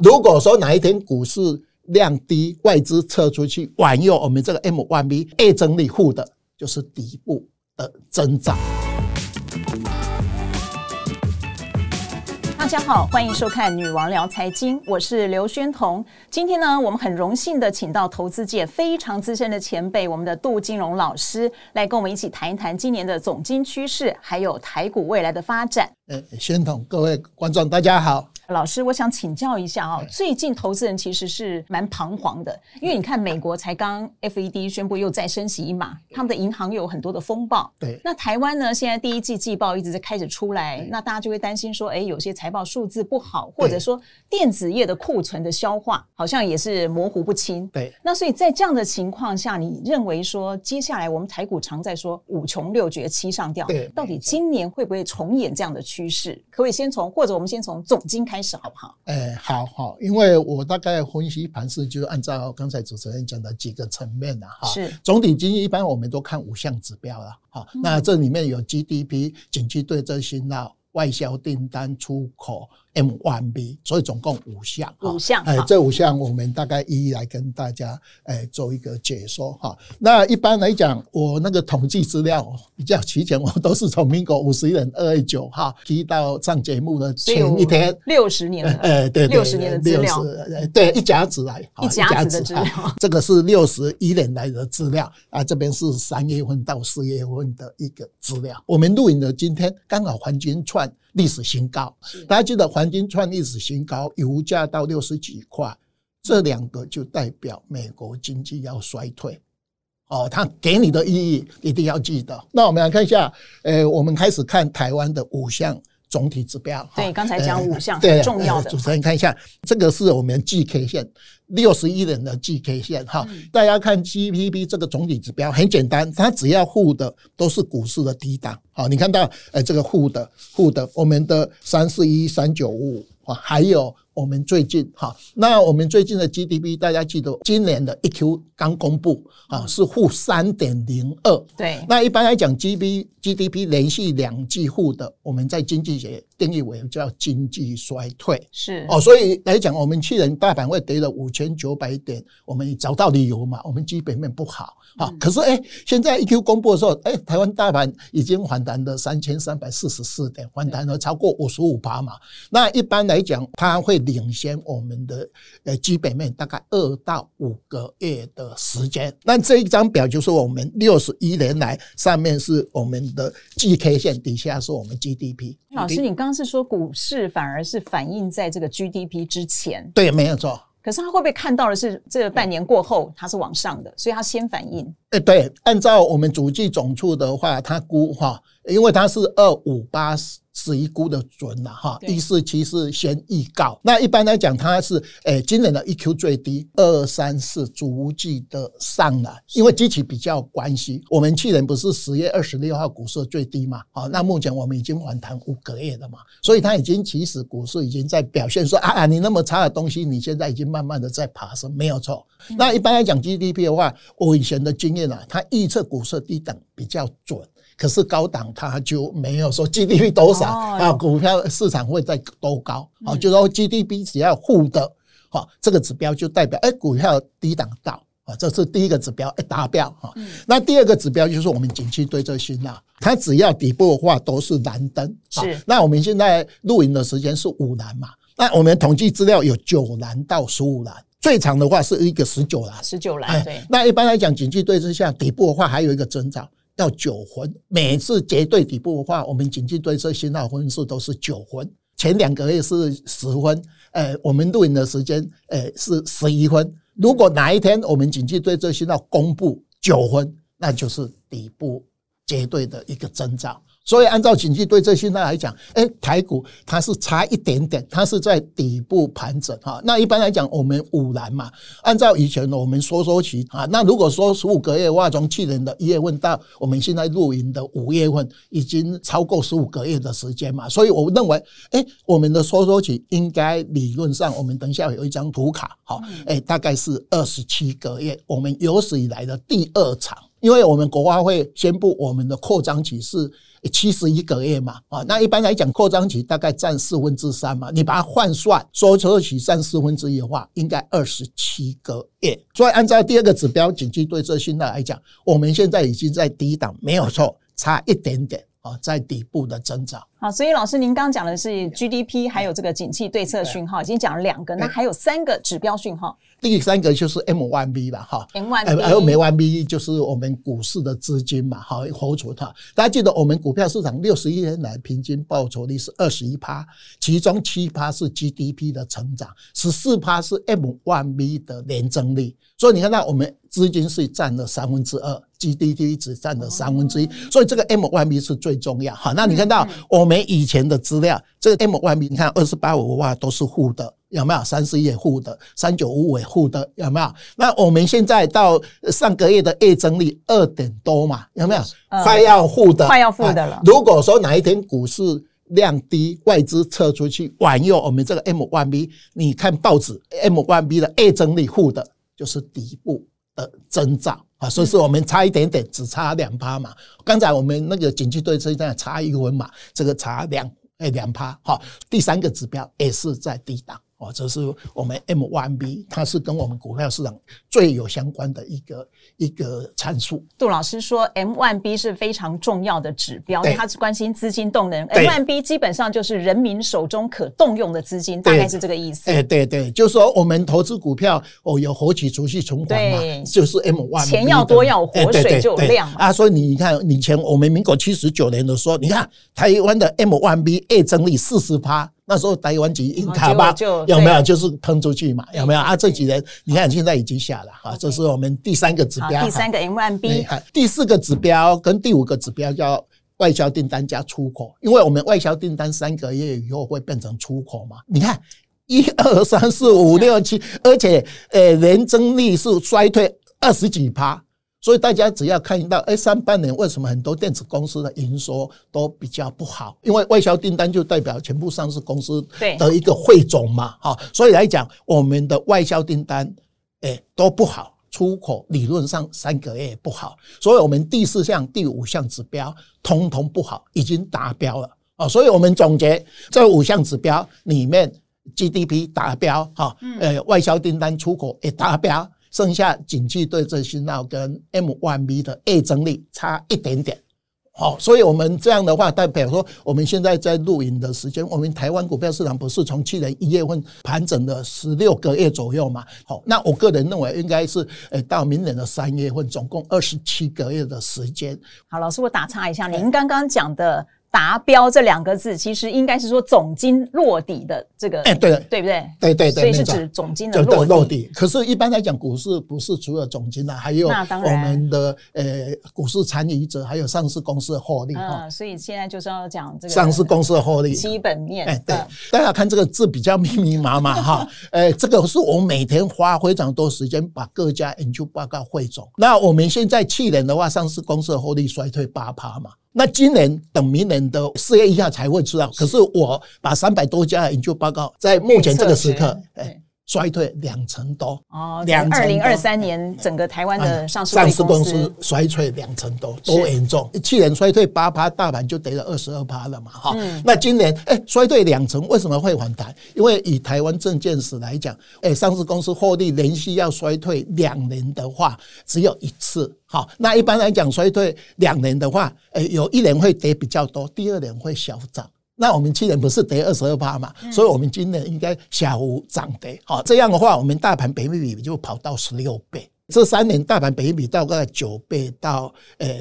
如果说哪一天股市量低，外资撤出去，挽诱我们这个 M1B A 整理负的，就是底部的征兆。 大家好，欢迎收看女王聊财经，我是刘宣彤。今天呢，我们很荣幸的请到投资界非常资深的前辈，我们的杜金龙老师来跟我们一起谈一谈今年的总经趋势，还有台股未来的发展。 宣彤，各位观众大家好。 老师，我想请教一下最近投资人其实是蛮彷徨的，因为你看美国才刚 FED 宣布又再升息1码，他们的银行又有很多的风暴。 对， 那台湾呢，现在第一季季报一直在开始出来，那大家就会担心说，有些财报数字不好，或者说电子业的库存的消化好像也是模糊不清。 对， 那所以在这样的情况下，你认为说接下来我们台股常在说5穷6绝7上吊，到底今年会不会重演这样的趋势？可不可以先从，或者我们先从总经开始好不好？ 好，因为我大概分析盘势就是按照刚才主持人讲的几个层面是总体经济一般我们都看5项指标啦，那这里面有 GDP 景气对症信号、外销订单、出口、M1B， 所以总共5项。这5项我们大概一一来跟大家做一个解说哈。那一般来讲，我那个统计资料比较齐全，我都是从民国51年2月9号提到上节目的前一天 ，60年了，对，60年的资料， 对，一甲子来， 一甲子的资料， 这个是61年来的资料啊，这边是3月份到4月份的一个资料。我们录影的今天刚好黄金串历史新高，大家记得黄金创历史新高，油价到60几块，这2个就代表美国经济要衰退。它给你的意义一定要记得。那我们来看一下，我们开始看台湾的5项总体指标。 对，刚才讲5项很重要的。 主持人看一下，这个是我们 GK 线，61年的 GK 线大家看 GDP 这个总体指标很简单，它只要负的都是股市的低档。你看到这个负的，我们的341、395还有我们最近那我们最近的 GDP 大家记得今年的 1Q 刚公布是负 3.02。 对， 那一般来讲 GDP 连续2季负的，我们在经济学定义为叫经济衰退。 是所以来讲，我们去年大盘会跌了5900点，我们找到理由嘛，我们基本面不好可是现在 1Q 公布的时候台湾大盘已经反弹了3344点，反弹了超过 55% 嘛。那一般来讲它会领先我们的基本面大概2到5个月的时间。那这一张表就是我们61年来，上面是我们的 GK 线，底下是我们 GDP。 老师，你刚刚是说股市反而是反映在这个 GDP 之前？ 对，没有错。 可是他会不会看到的是这半年过后它是往上的，所以它先反应？ 对，按照我们主计总处的话，它估因为它是2581估的准147是先预告。那一般来讲，它是今年的 1Q 最低，234逐季的上来，因为基期比较有关系。我们去年不是10月26号股市最低嘛？那目前我们已经反弹5个月了嘛，所以它已经其实股市已经在表现说你那么差的东西，你现在已经慢慢的在爬升，没有错。那一般来讲 GDP 的话，我以前的经验它预测股市低档比较准。可是高档它就没有说 GDP 多少股票市场会在多高就说 GDP 只要负的这个指标就代表股票低档到这是第一个指标达标那第二个指标就是我们景气对症信号，它只要底部的话都是蓝灯。 是， 那我们现在录影的时间是5蓝嘛，那我们统计资料有9蓝到15蓝，最长的话是一个19蓝。对，那一般来讲景气对症下底部的话还有一个征兆要9分，每次绝对底部的话，我们景气对策信号分数都是9分，前2个月是10分，我们录影的时间是11分。如果哪一天我们景气对策信号公布9分，那就是底部绝对的一个征兆。所以按照景气对策信号来讲，台股它是差一点点，它是在底部盘整那一般来讲我们5蓝嘛，按照以前我们缩期那如果说15个月的话，从去年的1月份到我们现在录影的5月份，已经超过15个月的时间嘛，所以我认为我们的缩期应该理论上，我们等一下有一张图卡大概是27个月，我们有史以来的第2场。因为我们国发会宣布我们的扩张期是 71个月嘛，那一般来讲扩张期大概占3/4嘛，你把它换算收缩期占1/4的话，应该27个月。所以按照第二个指标景气对策信号来讲，我们现在已经在低档，没有错，差一点点在底部的增长。 好，所以老师您刚讲的是 GDP 还有这个景气对策讯号，已经讲了2个，那还有3个指标讯号。 第3个就是 M1B 了哈 ，M1B 就是我们股市的资金嘛，好活储它。大家记得我们股票市场61年来平均报酬率是 21%， 其中 7% 是 GDP 的成长， 14% 是 M1B 的年增率。所以你看到我们资金是占了2/3， GDP 只占了1/3，所以这个 M1B 是最重要。好，那你看到我们以前的资料，这个 M1B 你看2855都是负的，有没有？31也负的，3955也负的，有没有？那我们现在到上个月的月增率2点多嘛，有没有？快要负的了。如果说哪一天股市量低，外资撤出去挽诱我们这个 M1B， 你看报纸 M1B 的月增率负的，就是底部的征兆啊，所以是我们差一点点，只差2%嘛。刚才我们那个景气对策差1分嘛，这个差2%。好，第3个指标也是在低档。这是我们 M1B， 它是跟我们股票市场最有相关的一个参数。 杜老师说 M1B 是非常重要的指标，因为它是关心资金动能。M1B 基本上就是人民手中可动用的资金，大概是这个意思。 对，就是说我们投资股票有活期储蓄存款嘛，就是 M1B， 钱要多要有活水就有量嘛。 所以你看以前我们民国79年的时候，你看台湾的 M1B 月增率 40%。那时候台湾级银卡吧，有没有就是喷出去嘛？有没有这几年你看现在已经下了这是我们第3个指标。 第3个 M1B， 第4个指标跟第5个指标叫外销订单加出口，因为我们外销订单3个月以后会变成出口嘛。你看1、2、3、4、5、6、7，而且年增率是衰退20几%。所以大家只要看到上半年为什么很多电子公司的营收都比较不好，因为外销订单就代表全部上市公司的一个汇总嘛，所以来讲我们的外销订单都不好，出口理论上3个月也不好，所以我们第4项第5项指标通通不好，已经达标了。所以我们总结这5项指标里面 GDP 达标，外销订单出口也达标，剩下景气对策信号跟 M1B 的月增率差一点点。所以我们这样的话代表说我们现在在录影的时间，我们台湾股票市场不是从去年1月份盘整了16个月左右嘛？那我个人认为应该是到明年的3月份总共27个月的时间。 好，老师我打岔一下，您刚刚讲的达标这2个字其实应该是说总金落底的这个对不对？ 对， 所以是指总金的落底。 可是一般来讲股市不是除了总金还有我们的股市参与者还有上市公司的获利所以现在就是要讲这个上市公司的获利基本面。 对，大家看这个字比较密密麻麻这个是我们每天花非常多时间把各家研究报告汇总。那我们现在去年的话上市公司的获利衰退 8% 嘛，那今年等明年的4月1号才会知道，可是我把300多家的研究报告在目前这个时刻衰退2%多 2023年整个台湾的上市公司衰退2%多，多严重。去年衰退 8%， 大盘就跌了 22% 了嘛那今年衰退2%，为什么会反弹？因为以台湾证券史来讲上市公司获利连续要衰退2年的话只有1次。那一般来讲衰退2年的话有1年会跌比较多，第2年会小涨。那我们去年不是跌 22% 嘛，所以我们今年应该小幅涨跌。这样的话我们大盘本益比就跑到16倍，这3年大盘本益比大概9倍到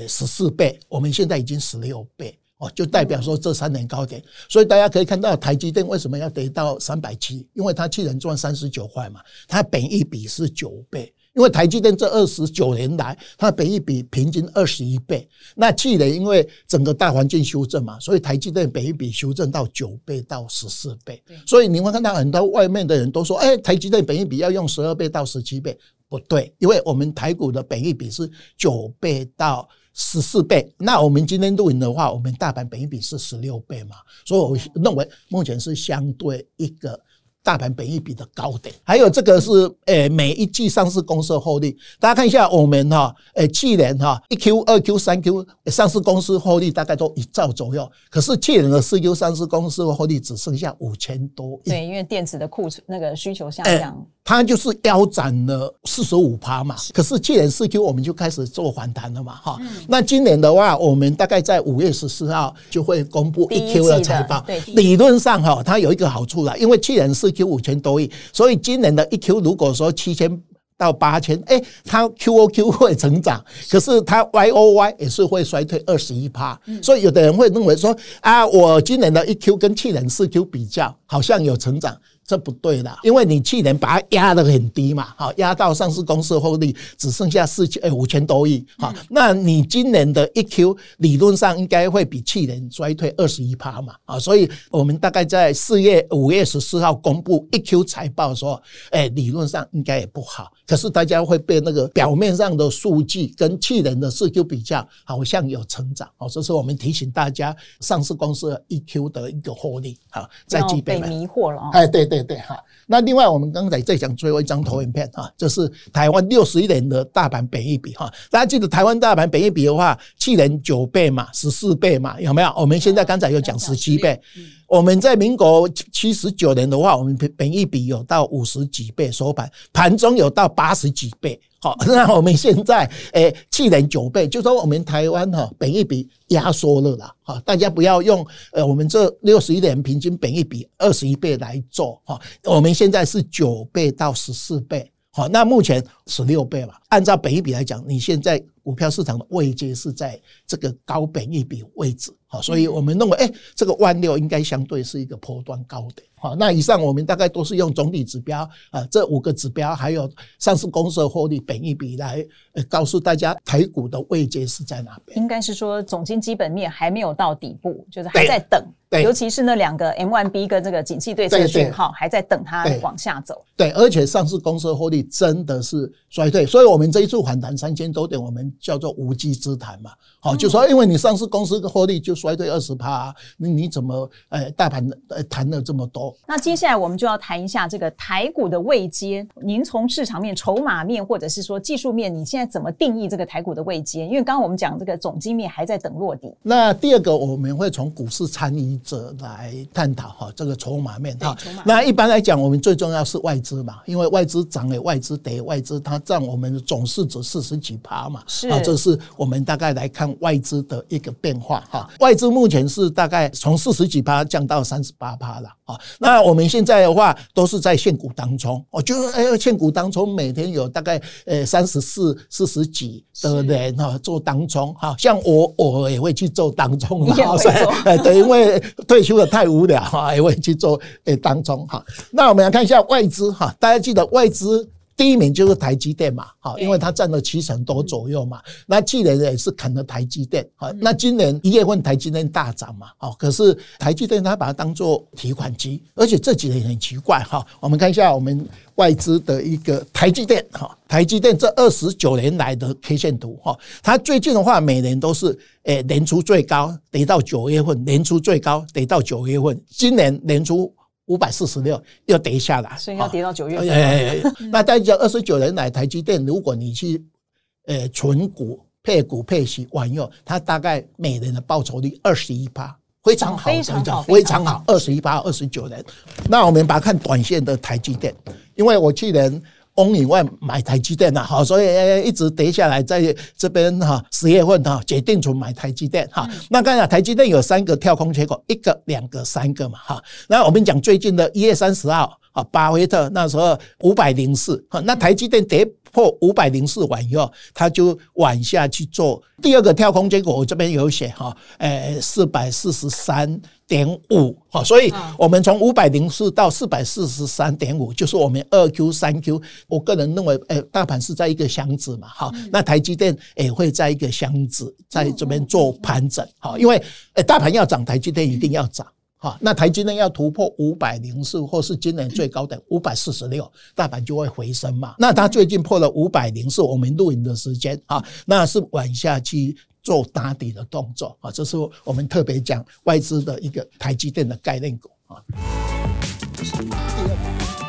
14倍，我们现在已经16倍，就代表说这3年高点。所以大家可以看到台积电为什么要跌到370，因为它去年赚39块嘛，它本益比是9倍。因为台积电这29年来它本益比平均21倍，那去年因为整个大环境修正嘛，所以台积电本益比修正到9倍到14倍。所以你会看到很多外面的人都说台积电本益比要用12倍到17倍，不对，因为我们台股的本益比是9倍到14倍，那我们今天录影的话我们大盘本益比是16倍嘛，所以我认为目前是相对一个大盘本益比的高点。还有这个是每一季上市公司的获利，大家看一下我们去年1Q、2Q、3Q 上市公司获利大概都1兆左右，可是去年的4Q 上市公司的获利只剩下5000多亿。 对，因为电子的那个需求下降， 它就是腰斩了45%嘛。可是去年4Q 我们就开始做反弹了嘛，那今年的话，我们大概在5月14号就会公布1Q 的财报。理论上它有一个好处啦，因为去年4Q 5000多亿，所以今年的1Q 如果说7000到8000，它 QOQ 会成长，可是它 YOY 也是会衰退21%。所以有的人会认为说我今年的1Q 跟去年4Q 比较，好像有成长。这不对啦，因为你去年把它压得很低嘛，压到上市公司获利只剩下5000多亿，那你今年的1Q 理论上应该会比去年衰退21%嘛，所以我们大概在5月14号公布1Q 财报的时候，理论上应该也不好，可是大家会被那个表面上的数据跟去年的4Q 比较，好像有成长，这是我们提醒大家上市公司的1Q 的一个获利，再具备被迷惑了。 对，那另外我们刚才在讲最后一张投影片这是台湾61年的大盘本益比大家记得台湾大盘本益比的话，去年9倍嘛，14倍嘛，有没有？我们现在刚才有讲17倍。我们在民国79年的话，我们本益比有到50几倍收盘，盘中有到80几倍。那我们现在去年9倍，就说我们台湾本益比压缩了啦，大家不要用我们这61年平均本益比21倍来做，我们现在是9倍到14倍。那目前16倍嘛，按照本益比来讲，你现在股票市场的位阶是在这个高本益比位置，所以我们认为这个16000应该相对是一个波段高点。那以上我们大概都是用总体指标这5个指标还有上市公司的获利本益比来告诉大家台股的位阶是在哪边。 应该是说总经基本面还没有到底部，就是还在等，尤其是那2个 M1B 跟这个景气对策讯号还在等它往下走。 对，而且上市公司的获利真的是衰退，所以我们这一次反弹3000多点，我们叫做无稽之谈嘛。就说因为你上市公司的获利就衰退20%，你怎么大盘谈了这么多？ 那接下来我们就要谈一下这个台股的位阶。您从市场面、筹码面或者是说技术面，你现在怎么定义这个台股的位阶？因为刚刚我们讲这个总经面还在等落地。 那第二个我们会从股市参与者来探讨这个筹码面。那一般来讲，我们最重要是外资嘛，因为外资涨也外资跌，外资它占我们的总市值40几%嘛，这是我们大概来看外资的一个变化。外资目前是大概从40几%降到38%了。那我们现在的话都是在现股当中，就是现股当中每天有大概34、40几的人做当中，像我也会去做当中，对，因为退休的太无聊也会去做当中。那我们来看一下外资，大家记得外资第一名就是台积电嘛，因为它占了70%多左右嘛。那去年也是啃了台积电，那今年1月份台积电大涨嘛，可是台积电它把它当作提款机，而且这几年很奇怪。我们看一下我们外资的一个台积电，台积电这29年来的 K 线图，它最近的话每年都是年初最高跌到9月份，年初最高跌到9月份，今年年初546又跌下来， 所以要跌到9月份。 那大家29年来台积电，如果你去存股配股配息完以后，它大概每年的报酬率21%，非常好，非常好，21%、29年。那我们把它看短线的台积电，因为我去年翁以外买台积电所以一直跌下来，在这边10月份解定存买台积电那刚才台积电有3个跳空缺口，1个、2个、3个嘛那我们讲最近的1月30号巴菲特那时候504，那台积电跌破504完以后，他就往下去做第2个跳空缺口，我这边有写443.5，所以我们从504到443.5，就是我们2Q、3Q， 我个人认为大盘是在一个箱子嘛，那台积电也会在一个箱子在这边做盘整，因为大盘要涨，台积电一定要涨。那台积电要突破504，或是今年最高点546，大盘就会回升嘛。那它最近破了504，我们录影的时间那是往下去做打底的动作这是我们特别讲外资的一个台积电的概念股第二